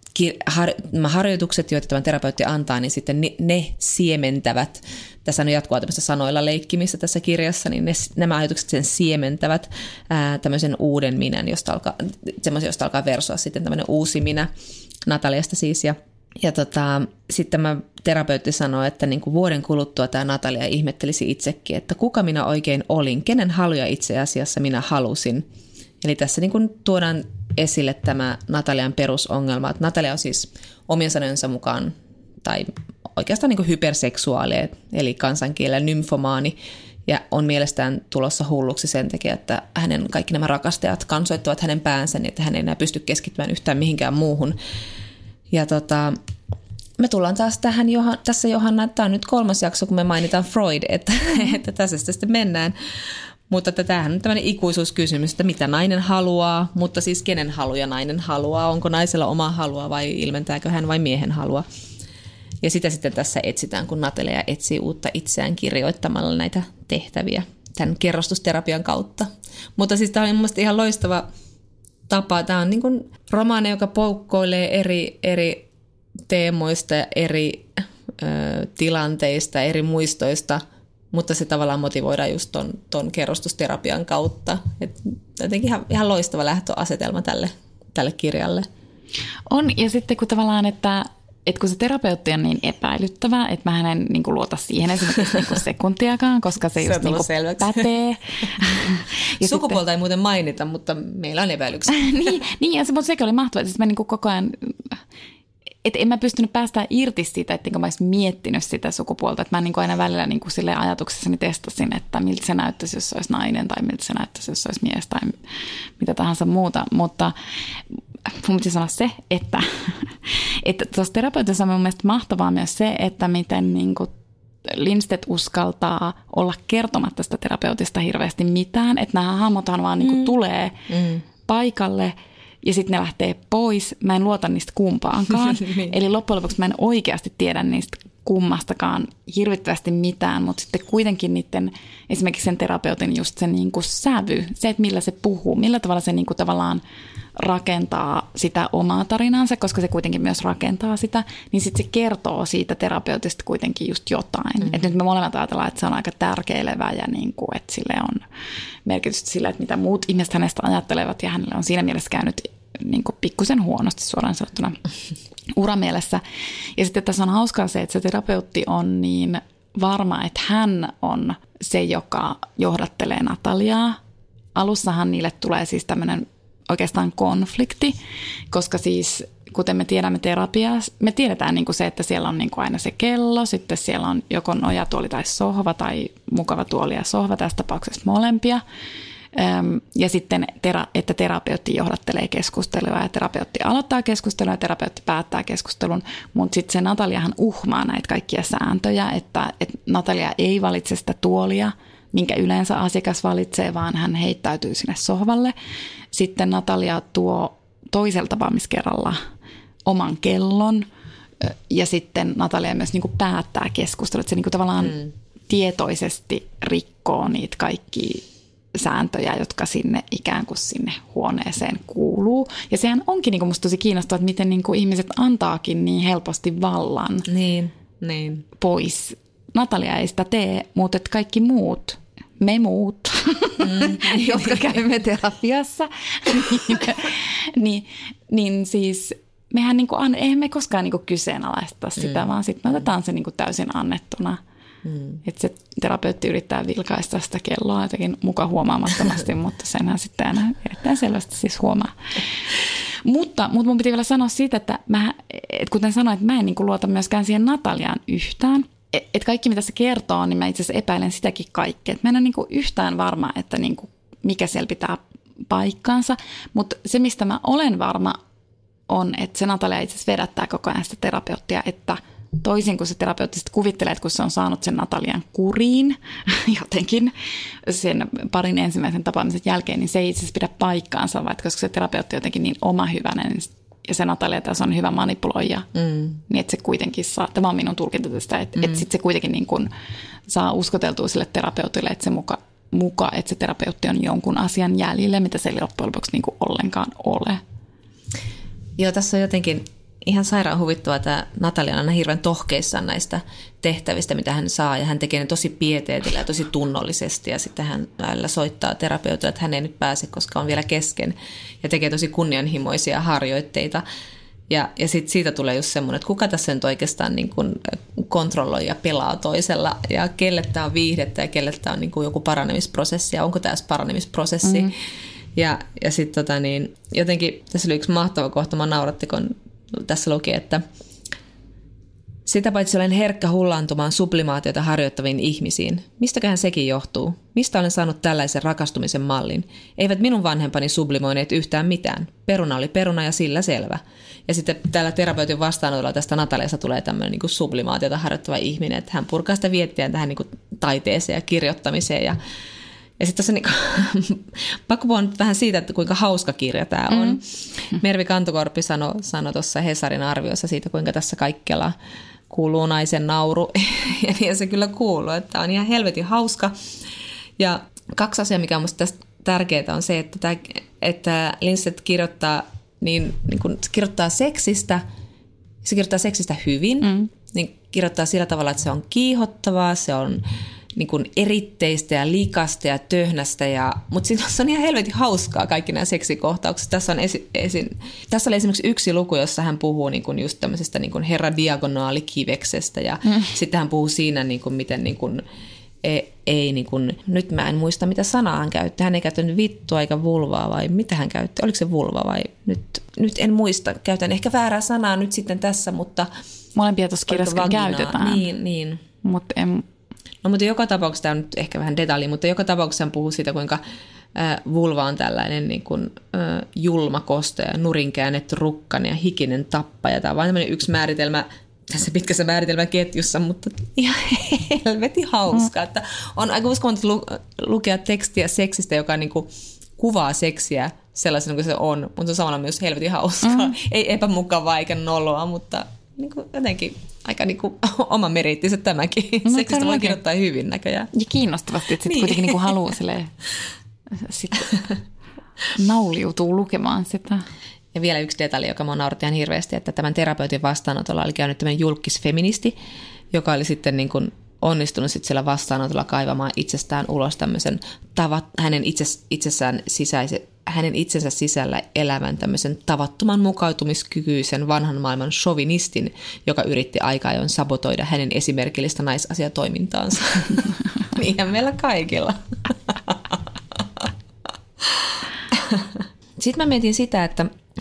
harjoitukset, joita tämä terapeutti antaa, niin sitten ne siementävät, tässä on jatkuvaa tämmöistä sanoilla leikkimistä tässä kirjassa, niin nämä ajatukset sen siementävät tämmöisen uuden minän, josta alkaa versoa sitten tämmöinen uusi minä Nataliasta siis. Ja sitten tämä terapeutti sanoi, että niin kuin vuoden kuluttua tämä Natalia ihmettelisi itsekin, että kuka minä oikein olin, kenen haluja itse asiassa minä halusin. Eli tässä niin kuin tuodaan esille tämä Natalian perusongelma, että Natalia on siis omien sanojensa mukaan, tai oikeastaan niin kuin hyperseksuaali, eli kansankielellä nymfomaani, ja on mielestään tulossa hulluksi sen takia, että hänen kaikki nämä rakastajat kansoittavat hänen päänsä, niin että hän ei enää pysty keskittymään yhtään mihinkään muuhun. Ja me tullaan taas tähän, tässä Johanna, tämä on nyt 3. jakso, kun me mainitaan Freud, että tässä sitten mennään. Mutta tämähän on tämmöinen ikuisuuskysymys, että mitä nainen haluaa, mutta siis kenen haluja nainen haluaa, onko naisella oma halua vai ilmentääkö hän vai miehen halua. Ja sitä sitten tässä etsitään, kun Natalia etsii uutta itseään kirjoittamalla näitä tehtäviä tämän kerrostusterapian kautta. Mutta siis tämä on mielestäni ihan loistava tapa. Tämä on niin kuin romaani, joka poukkoilee eri teemoista ja eri tilanteista, eri muistoista, mutta se tavallaan motivoidaan just ton kerrostusterapian kautta. Et jotenkin ihan loistava lähtöasetelma tälle kirjalle. On, ja sitten kun tavallaan, että kun se terapeutti on niin epäilyttävä, että mä en niin kuin luota siihen esimerkiksi niin kuin sekuntiakaan, koska se just niin kuin pätee. Ja sukupuolta ei muuten mainita, mutta meillä on epäilyksiä. niin, mutta sekin oli mahtavaa. Siis mä niin kuin koko ajan, että en mä pystynyt päästään irti siitä, että mä olisin miettinyt sitä sukupuolta. Että mä niin kuin aina välillä niin kuin silleen ajatuksessani testasin, että miltä se näyttäisi, jos se olisi nainen, tai miltä se näyttäisi, jos se olisi mies, tai mitä tahansa muuta. Mutta mun pitäisi sanoa se, että tuossa terapeutissa on mun mielestä mahtavaa myös se, että miten niin kuin Lindstedt uskaltaa olla kertomatta sitä terapeutista hirveästi mitään. Että nämä hahmothan vaan niin kuin tulee paikalle ja sitten ne lähtee pois. Mä en luota niistä kumpaankaan. Eli loppujen lopuksi mä en oikeasti tiedä niistä kummastakaan hirvittävästi mitään, mutta sitten kuitenkin niiden, esimerkiksi sen terapeutin just se niin kuin sävy, se, että millä se puhuu, millä tavalla se niin kuin tavallaan rakentaa sitä omaa tarinansa, koska se kuitenkin myös rakentaa sitä, niin sitten se kertoo siitä terapeutista kuitenkin just jotain. Että nyt me molemmat ajatellaan, että se on aika tärkeilevä ja niin kuin, että sille on merkitystä sillä, että mitä muut ihmiset hänestä ajattelevat, ja hänelle on siinä mielessä käynyt niin kuin pikkusen huonosti suoraan sanottuna uramielessä. Ja sitten tässä on hauskaa se, että se terapeutti on niin varma, että hän on se, joka johdattelee Nataliaa. Alussahan niille tulee siis tämmöinen oikeastaan konflikti, koska siis kuten me tiedämme terapiassa, me tiedetään niin kuin se, että siellä on niin kuin aina se kello, sitten siellä on joko nojatuoli tai sohva tai mukava tuoli ja sohva, tässä tapauksessa molempia. Ja sitten, että terapeutti johdattelee keskustelua ja terapeutti aloittaa keskustelua ja terapeutti päättää keskustelun, mutta sitten se Nataliahan uhmaa näitä kaikkia sääntöjä, että Natalia ei valitse sitä tuolia, minkä yleensä asiakas valitsee, vaan hän heittäytyy sinne sohvalle. Sitten Natalia tuo toisella tapaamiskerralla oman kellon ja sitten Natalia myös niin kuin päättää keskustelua, että se niin kuin tavallaan tietoisesti rikkoo niitä kaikkia sääntöjä, jotka sinne ikään kuin sinne huoneeseen kuuluu. Ja sehän onkin niin kuin musta tosi kiinnostavaa, että miten niin kuin ihmiset antaakin niin helposti vallan pois. Natalia ei sitä tee, mutta että kaikki muut, me muut, jotka käymme terapiassa, niin siis mehän niin kuin, eihän me koskaan niin kuin kyseenalaista sitä, vaan sitten me otetaan se niin kuin täysin annettuna. Että se terapeutti yrittää vilkaista sitä kelloa jotenkin muka huomaamattomasti, mutta senhän sitten aina erittäin selvästi siis huomaa. Mutta mun piti vielä sanoa siitä, että kuten sanoin, että mä en niin kuin luota myöskään siihen Nataliaan yhtään. Että kaikki mitä se kertoo, niin mä itse asiassa epäilen sitäkin kaikkea. Että mä en ole niin kuin yhtään varma, että niin kuin mikä siellä pitää paikkaansa. Mutta se, mistä mä olen varma, on, että se Natalia itse asiassa vedättää koko ajan sitä terapeuttia, että toisin kuin se terapeutti kuvittelee, että kun se on saanut sen Natalian kuriin jotenkin sen parin ensimmäisen tapaamisen jälkeen, niin se ei itse asiassa pidä paikkaansa, vaikka koska se terapeutti on jotenkin niin omahyväinen ja se Natalia tässä on hyvä manipuloija, niin että se kuitenkin saa, tämä on minun tulkinta tästä, että sitten se kuitenkin niin kuin saa uskoteltua sille terapeutille, että se että se terapeutti on jonkun asian jäljille, mitä se ei loppujen lopuksi niin kuin ollenkaan ole. Joo, tässä on jotenkin ihan sairaan huvittavaa, että Natalia on aina hirveän tohkeissaan näistä tehtävistä, mitä hän saa, ja hän tekee ne tosi pieteetillä ja tosi tunnollisesti, ja sitten hän soittaa terapeutille, että hän ei nyt pääse, koska on vielä kesken, ja tekee tosi kunnianhimoisia harjoitteita. Ja sitten siitä tulee just semmoinen, että kuka tässä nyt oikeastaan niin kuin kontrolloi ja pelaa toisella, ja kelle tämä on viihdettä, ja kelle tämä on niin kuin joku paranemisprosessi, ja onko tämä paranemisprosessi. Ja sitten jotenkin tässä oli yksi mahtava kohta, mä nauratti, kun tässä luki, että sitä paitsi olen herkkä hullaantumaan sublimaatiota harjoittaviin ihmisiin. Mistäköhän sekin johtuu? Mistä olen saanut tällaisen rakastumisen mallin? Eivät minun vanhempani sublimoineet yhtään mitään. Peruna oli peruna ja sillä selvä. Ja sitten täällä terapeutin vastaanotolla tästä Nataliasta tulee tämmöinen niin kuin sublimaatiota harjoittava ihminen, että hän purkaa sitä viettiään tähän niin kuin taiteeseen ja kirjoittamiseen ja sitten tässä pakko puhua nyt vähän siitä, että kuinka hauska kirja tämä on. Mervi Kantokorpi sanoi tuossa Hesarin arviossa siitä, kuinka tässä kaikkialla kuuluu naisen nauru. Ja niin se kyllä kuuluu, että tämä on ihan helvetin hauska. Ja kaksi asiaa, mikä on minusta tästä tärkeää, on se, että Lindsay kirjoittaa, niin kun se kirjoittaa seksistä hyvin. Niin kirjoittaa sillä tavalla, että se on kiihottavaa, se on niin kuin eritteistä ja likasta ja töhnästä, mutta siinä on ihan helvetin hauskaa kaikki nämä seksikohtaukset. Tässä oli esimerkiksi yksi luku, jossa hän puhuu niin kuin just tämmöisestä niin kuin herradiagonaalikiveksestä ja sitten hän puhuu siinä, niin kuin, miten niin kuin, ei niin kuin, nyt mä en muista mitä sanaa hän käytti. Hän ei käyttänyt vittua eikä vulvaa vai mitä hän käytti? Oliko se vulva vai nyt en muista. Käytän ehkä väärää sanaa nyt sitten tässä, mutta molempia tuossa kirjassa käytetään. Niin. Mutta No mutta joka tapauksessa, tämä on nyt ehkä vähän detalji, mutta joka tapauksessa hän puhuu siitä, kuinka vulva on tällainen niin kuin, julma kosto ja nurinkäännetty rukkanen ja hikinen tappaja. Tämä on vain tämmöinen yksi määritelmä tässä pitkässä määritelmäketjussa, mutta ihan helvetin hauska. Että on aika uskomatonta lukea tekstiä seksistä, joka niin kuin kuvaa seksiä sellaisena kuin se on, mutta se on samalla myös helvetin hauskaa. Ei epämukavaa eikä noloa, mutta niin kuin jotenkin aika niin kuin oma meriittinsä tämäkin. No, seksistä voi kirjoittaa hyvin näköjään. Ja kiinnostavasti, että sitten kuitenkin niin kuin haluaa sitten nauliutuu lukemaan sitä. Ja vielä yksi detalji, joka minua nauratti ihan hirveästi, että tämän terapeutin vastaanotolla oli käynyt tämmöinen julkisfeministi, joka oli sitten niin kuin onnistunut sitten siellä vastaanotolla kaivamaan itsestään ulos tämmöisen hänen itsensä sisällä elävän tämmöisen tavattoman mukautumiskykyisen vanhan maailman chauvinistin, joka yritti aika ajoin sabotoida hänen esimerkillistä naisasiatoimintaansa. Niinhän meillä kaikilla. Sitten mä mietin sitä, että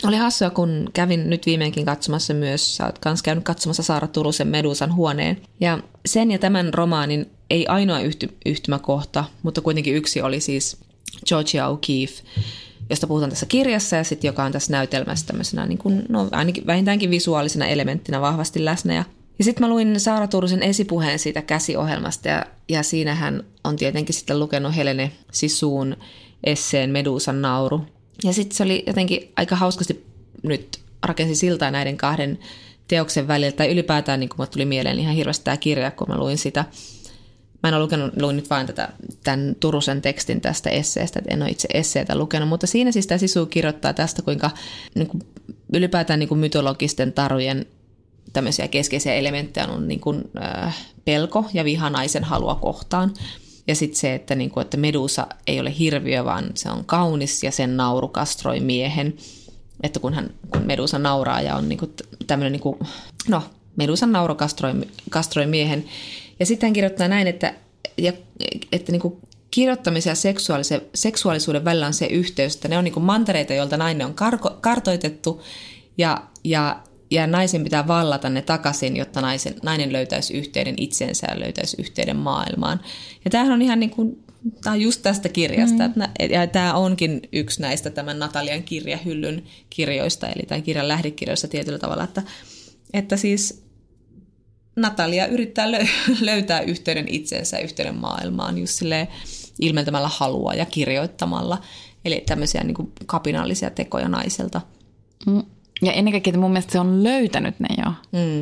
oli hassua, kun kävin nyt viimeinkin katsomassa myös, sä oot kans käynyt katsomassa Saara Turusen Medusan huoneen. Ja sen ja tämän romaanin ei ainoa yhtymäkohta, mutta kuitenkin yksi oli siis Georgia O'Keeffe, josta puhutaan tässä kirjassa ja sitten joka on tässä näytelmässä tämmöisenä niin kuin, no ainakin vähintäänkin visuaalisena elementtinä vahvasti läsnä. Ja sitten mä luin Saara Turusen esipuheen siitä käsiohjelmasta ja siinä hän on tietenkin sitten lukenut Helene Sisuun esseen Medusan nauru. Ja sitten se oli jotenkin aika hauskasti nyt rakensi siltaa näiden kahden teoksen välillä. Tai ylipäätään niin kuin tuli mieleen ihan hirveästi tämä kirja, kun mä luin sitä. Mä en ole luin nyt vain tämän Turusen tekstin tästä esseestä, että en ole itse esseetä lukenut. Mutta siinä siis tämä Sisu kirjoittaa tästä, kuinka niin kuin ylipäätään niin kuin mytologisten tarujen tämmöisiä keskeisiä elementtejä on niin kuin, pelko ja viha naisen halua kohtaan. Ja sitten se, että, niin kuin, että Medusa ei ole hirviö, vaan se on kaunis ja sen nauru kastroi miehen. Että kun Medusa nauraa ja on niin kuin tämmöinen, niin kuin, no Medusan nauru kastroi miehen. Ja sitten hän kirjoittaa näin, että niin kuin kirjoittamisen ja seksuaalisuuden välillä on se yhteys, että ne on niin kuin mantereita, joilta nainen on kartoitettu ja naisen pitää vallata ne takaisin, jotta nainen löytäisi yhteyden itsensä ja löytäisi yhteyden maailmaan. Ja tämähän on ihan niin kuin, tämä on just tästä kirjasta. Ja tämä onkin yksi näistä tämän Natalian kirjahyllyn kirjoista, eli tämän kirjan lähdekirjoista tietyllä tavalla, että siis Natalia yrittää löytää yhteyden itsensä ja yhteyden maailmaan just silleen ilmentämällä halua ja kirjoittamalla. Eli tämmöisiä niin kuin kapinallisia tekoja naiselta. Ja ennen kaikkea, että mun mielestä se on löytänyt ne jo.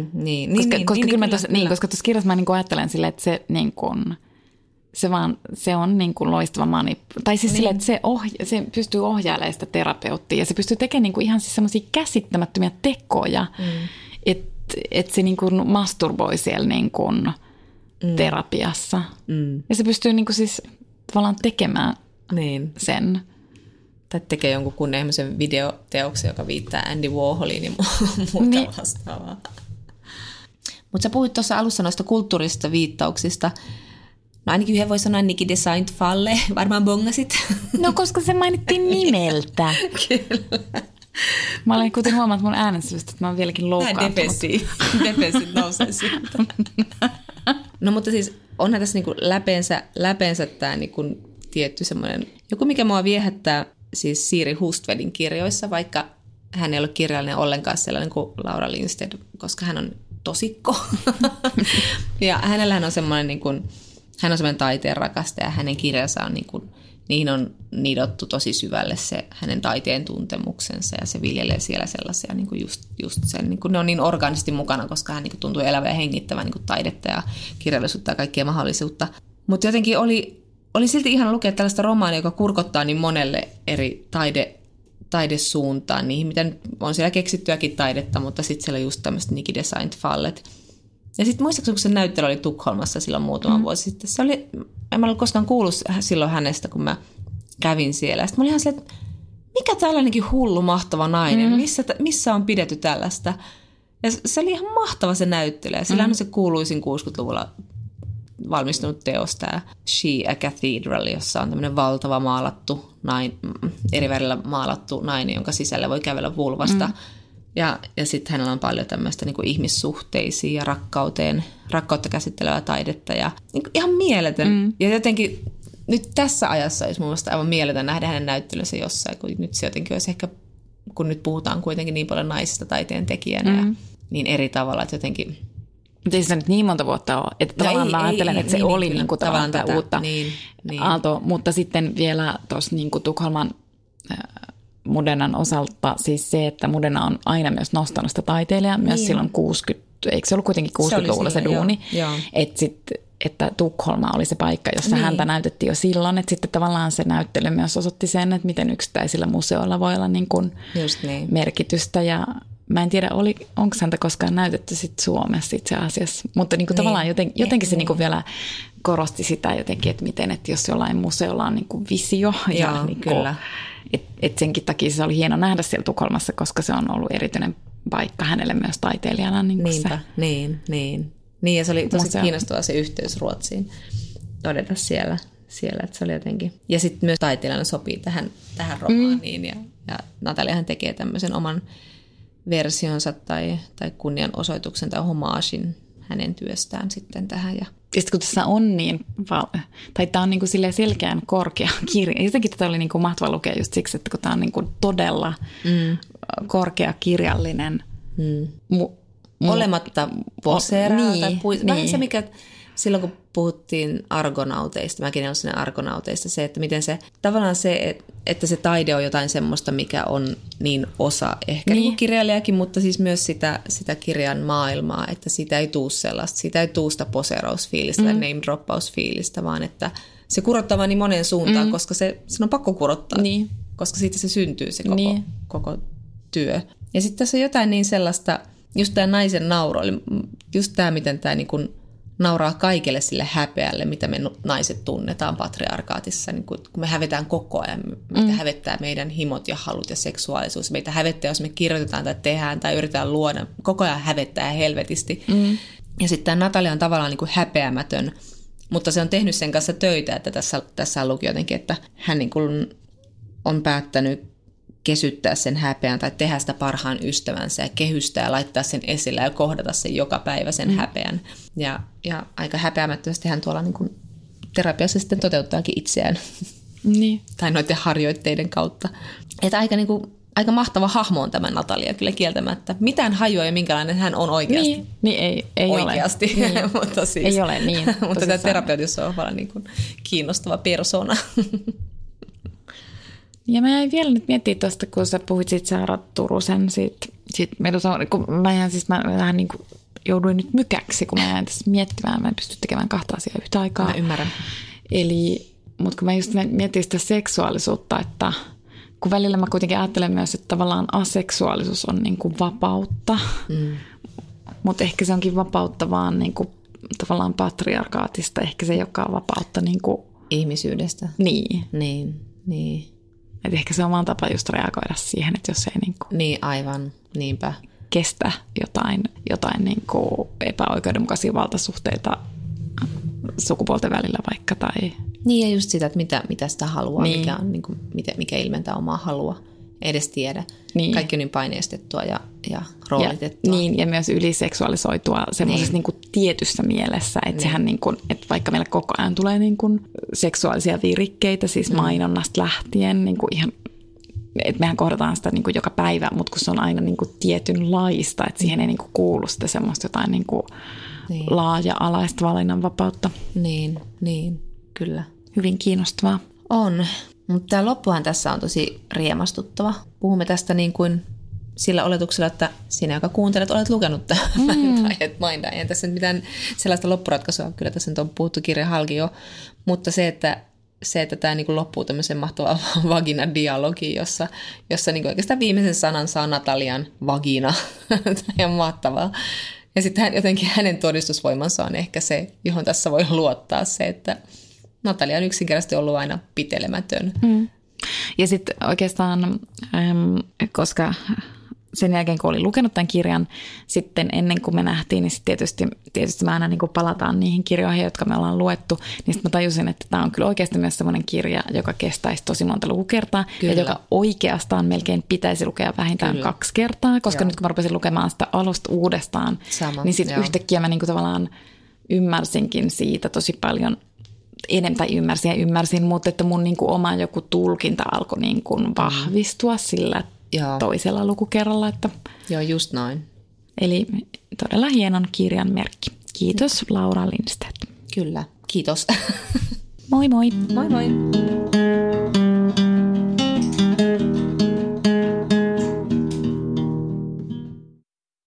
Koska tuossa kirjassa mä niin kuin ajattelen silleen, että se, niin kuin, se on niin kuin loistava tai siis silleen, että se pystyy ohjailemaan sitä terapeuttia ja se pystyy tekemään niin kuin ihan siis semmoisia käsittämättömiä tekoja, että se niin kuin masturboi siellä niin kuin terapiassa. Ja se pystyy niin kuin siis tavallaan tekemään sen. Tai tekee jonkun kunnianhimoisen videoteoksen, joka viittaa Andy Warholiin ja muuta vastaavaa. Mutta sä puhuit tuossa alussa noista kulttuurisista viittauksista. No ainakin yhden voi sanoa Nikki DeSaint-Falle. Varmaan bongasit. No koska se mainittiin nimeltä. Kyllä. Mä olen kuten huomannut mun äänensävystä, että mä oon vieläkin loukkaantunut. Depesit nousee sieltä. No mutta siis onhan tässä niinku läpeensä tämä niinku tietty semmoinen, joku mikä mua viehättää siis Siiri Hustvedin kirjoissa, vaikka hän ei ole kirjallinen ollenkaan sellainen kuin Laura Lindstedt, koska hän on tosikko. Ja hänellähän on semmoinen, niin kuin, hän on semmoinen taiteen rakastaja, hänen kirjansa on, niin kuin, niihin on nidottu tosi syvälle se hänen taiteen tuntemuksensa ja se viljelee siellä sellaisia niin kuin just sen, niin kuin ne on niin orgaanisesti mukana, koska hän niin kuin tuntuu elävän ja hengittävän niin kuin taidetta ja kirjallisuutta ja kaikkea mahdollisuutta. Mutta jotenkin oli silti ihana lukea tällaista romaania, joka kurkottaa niin monelle eri taidesuuntaan, niihin mitä nyt on siellä keksittyäkin taidetta, mutta sitten siellä just tämmöiset Nikki DeSaint-Fallet. Ja sitten muistaakseni, kun se näyttely oli Tukholmassa silloin muutama vuosi sitten, en mä ollut koskaan kuullut silloin hänestä, kun mä kävin siellä. Sitten mä olin ihan silleen, että mikä tällainenkin hullu, mahtava nainen, missä on pidetty tällaista? Ja se oli ihan mahtava se näyttely, ja sillähän on se kuuluisin 60-luvulla valmistunut teos, tämä She a Cathedral, jossa on tämmöinen valtava maalattu eri värillä maalattu nainen, jonka sisällä voi kävellä vulvasta. Ja sitten hänellä on paljon tämmöistä niin kuin ihmissuhteisiin ja rakkautta käsittelevää taidetta ja niin kuin ihan mieletön. Ja jotenkin nyt tässä ajassa olisi mun mielestä aivan mieletön nähdä hänen näyttelynsä jossain, kun nyt se jotenkin olisi ehkä, kun nyt puhutaan kuitenkin niin paljon naisista taiteen tekijänä ja niin eri tavalla, että jotenkin. Mutta ei se nyt niin monta vuotta ole, että tavallaan mä ajattelen, että se oli niin kuin tavallaan tätä uutta aaltoa, mutta sitten vielä tuossa niin kuin Tukholman Modernan osalta siis se, että Moderna on aina myös nostanut sitä taiteilijaa, myös silloin 60, eikö se ollut kuitenkin 60-luvulla se duuni, että Tukholma oli se paikka, jossa häntä näytettiin jo silloin, että sitten tavallaan se näyttely myös osoitti sen, että miten yksittäisillä museoilla voi olla niin kuin merkitystä ja mä en tiedä, onko häntä koskaan näytetty sit Suomessa itse asiassa, mutta niin kuin tavallaan jotenkin se niin kuin vielä korosti sitä jotenkin, että miten, että jos jollain museolla on niin kuin visio ja niin kuin, että senkin takia se oli hieno nähdä siellä Tukholmassa, koska se on ollut erityinen paikka hänelle myös taiteilijana. Niin niinpä, niin. Niin, ja se oli tosi kiinnostavaa se yhteys Ruotsiin todeta siellä, että se oli jotenkin. Ja sitten myös taiteilijana sopii tähän romaaniin Ja Nataliahan tekee tämmöisen oman versionsa tai kunnianosoituksen tai homaasin hänen työstään sitten tähän. Ja sitten kun tässä on niin, tai tämä on niin kuin selkeän korkea kirja. Jotenkin tätä oli niin kuin mahtava lukea just siksi, että kun tämä on niin kuin todella korkea kirjallinen. Olematta poseeraa tai vähän se, niin. mikä silloin kun puhuttiin argonauteista, mäkin olen sellainen argonauteista, se, että miten se, tavallaan se, että se taide on jotain semmoista, mikä on niin osa ehkä niin kuin kirjailijakin, mutta siis myös sitä kirjan maailmaa, että siitä ei tule sellaista, siitä ei tule sitä poseerausfiilistä tai name-droppausfiilistä, vaan että se kurottaa vaan niin moneen suuntaan, koska se on pakko kurottaa, koska siitä se syntyy se koko työ. Ja sitten tässä on jotain niin sellaista, just tämä naisen nauru, just tämä, miten tämä niin kuin nauraa kaikelle sille häpeälle, mitä me naiset tunnetaan patriarkaatissa, niin kun me hävetään koko ajan. Meitä hävettää meidän himot ja halut ja seksuaalisuus. Meitä hävettää, jos me kirjoitetaan tai tehdään tai yritetään luoda. Koko ajan hävettää helvetisti. Ja sitten tämä Natalia on tavallaan niin kuin häpeämätön, mutta se on tehnyt sen kanssa töitä, että tässä luki jotenkin, että hän niin kuin on päättänyt kesyttää sen häpeän tai tehdä sitä parhaan ystävänsä ja kehystää ja laittaa sen esille ja kohdata sen joka päivä sen häpeän. Ja aika häpeämättömästi hän tuolla niin kuin terapiassa sitten toteuttaakin itseään. Niin. Tai noiden harjoitteiden kautta. Että aika mahtava hahmo on tämä Natalia kyllä kieltämättä. Mitään hajua ja minkälainen hän on oikeasti. Niin ei oikeasti. ole. Niin. Mutta siis, ei ole niin. Mutta tämä terapeutissa on vaan niin kuin kiinnostava persona. Ja mä jäin vielä nyt miettimään tuosta, kun sä puhuit siitä Saara Turusen, mä vähän niin kuin jouduin nyt mykäksi, kun mä jäin tässä miettimään, mä en pysty tekemään kahta asiaa yhtä aikaa. Mä ymmärrän. Mutta kun mä just mietin sitä seksuaalisuutta, että kun välillä mä kuitenkin ajattelen myös, että tavallaan aseksuaalisuus on niin kuin vapautta, mutta ehkä se onkin vapautta vaan niin kuin tavallaan patriarkaatista, ehkä se ei olekaan vapautta niin kuin ihmisyydestä. Niin. Että ehkä se on vaan tapa just reagoida siihen, että jos ei niin aivan, niinpä. Kestä jotain niin kuin epäoikeudenmukaisia valtasuhteita sukupuolten välillä vaikka. Tai niin ja just sitä, että mitä sitä haluaa, mikä on, niin kuin, mikä ilmentää omaa halua, ei edes tiedä. Niin. Kaikki on niin paineistettua ja roolitettua. Ja myös yliseksuaalisoitua semmoisessa niin kuin tietyssä mielessä, että sehän niin kuin, että vaikka meillä koko ajan tulee niin kuin seksuaalisia virikkeitä, siis mainonnasta lähtien, niin kuin ihan, että mehän kohdataan sitä niin kuin joka päivä, mutta kun se on aina niin kuin tietynlaista, että siihen ei niin kuin kuulu sitä semmoista jotain niin kuin laaja-alaista valinnanvapautta. Niin, kyllä. Hyvin kiinnostavaa. On. Mutta tämä loppuhan tässä on tosi riemastuttava. Puhumme tästä niin kuin sillä oletuksella, että sinä, joka kuuntelet, olet lukenut tai et mainita. Eihän tässä nyt mitään sellaista loppuratkaisua. Kyllä tässä nyt on puhuttu kirjan halki jo. Mutta se, että tämä niin kuin loppuu tämmöisen mahtavaan vagina-dialogiin, jossa niin kuin oikeastaan viimeisen sanan saa Natalian vagina. Tämä on mahtavaa. Ja sitten jotenkin hänen todistusvoimansa on ehkä se, johon tässä voi luottaa se, että Natalia on yksinkertaisesti ollut aina pitelemätön. Ja sitten oikeastaan, koska sen jälkeen kun olin lukenut tämän kirjan, sitten ennen kuin me nähtiin, niin tietysti me aina niin kuin palataan niihin kirjoihin, jotka me ollaan luettu, niin sitten mä tajusin, että tämä on kyllä oikeasti myös sellainen kirja, joka kestäisi tosi monta lukukertaa, ja joka oikeastaan melkein pitäisi lukea vähintään 2 kertaa, koska nyt kun mä rupesin lukemaan sitä alusta uudestaan, niin sitten yhtäkkiä mä niin kuin tavallaan ymmärsinkin siitä tosi paljon enemmän, tai ymmärsin, mutta että mun niin kuin oma joku tulkinta alkoi niin kuin vahvistua sillä toisella lukukerralla. Että joo, just noin. Eli todella hienon kirjan merkki. Kiitos Laura Lindstedt. Kyllä, kiitos. Moi moi. Moi moi.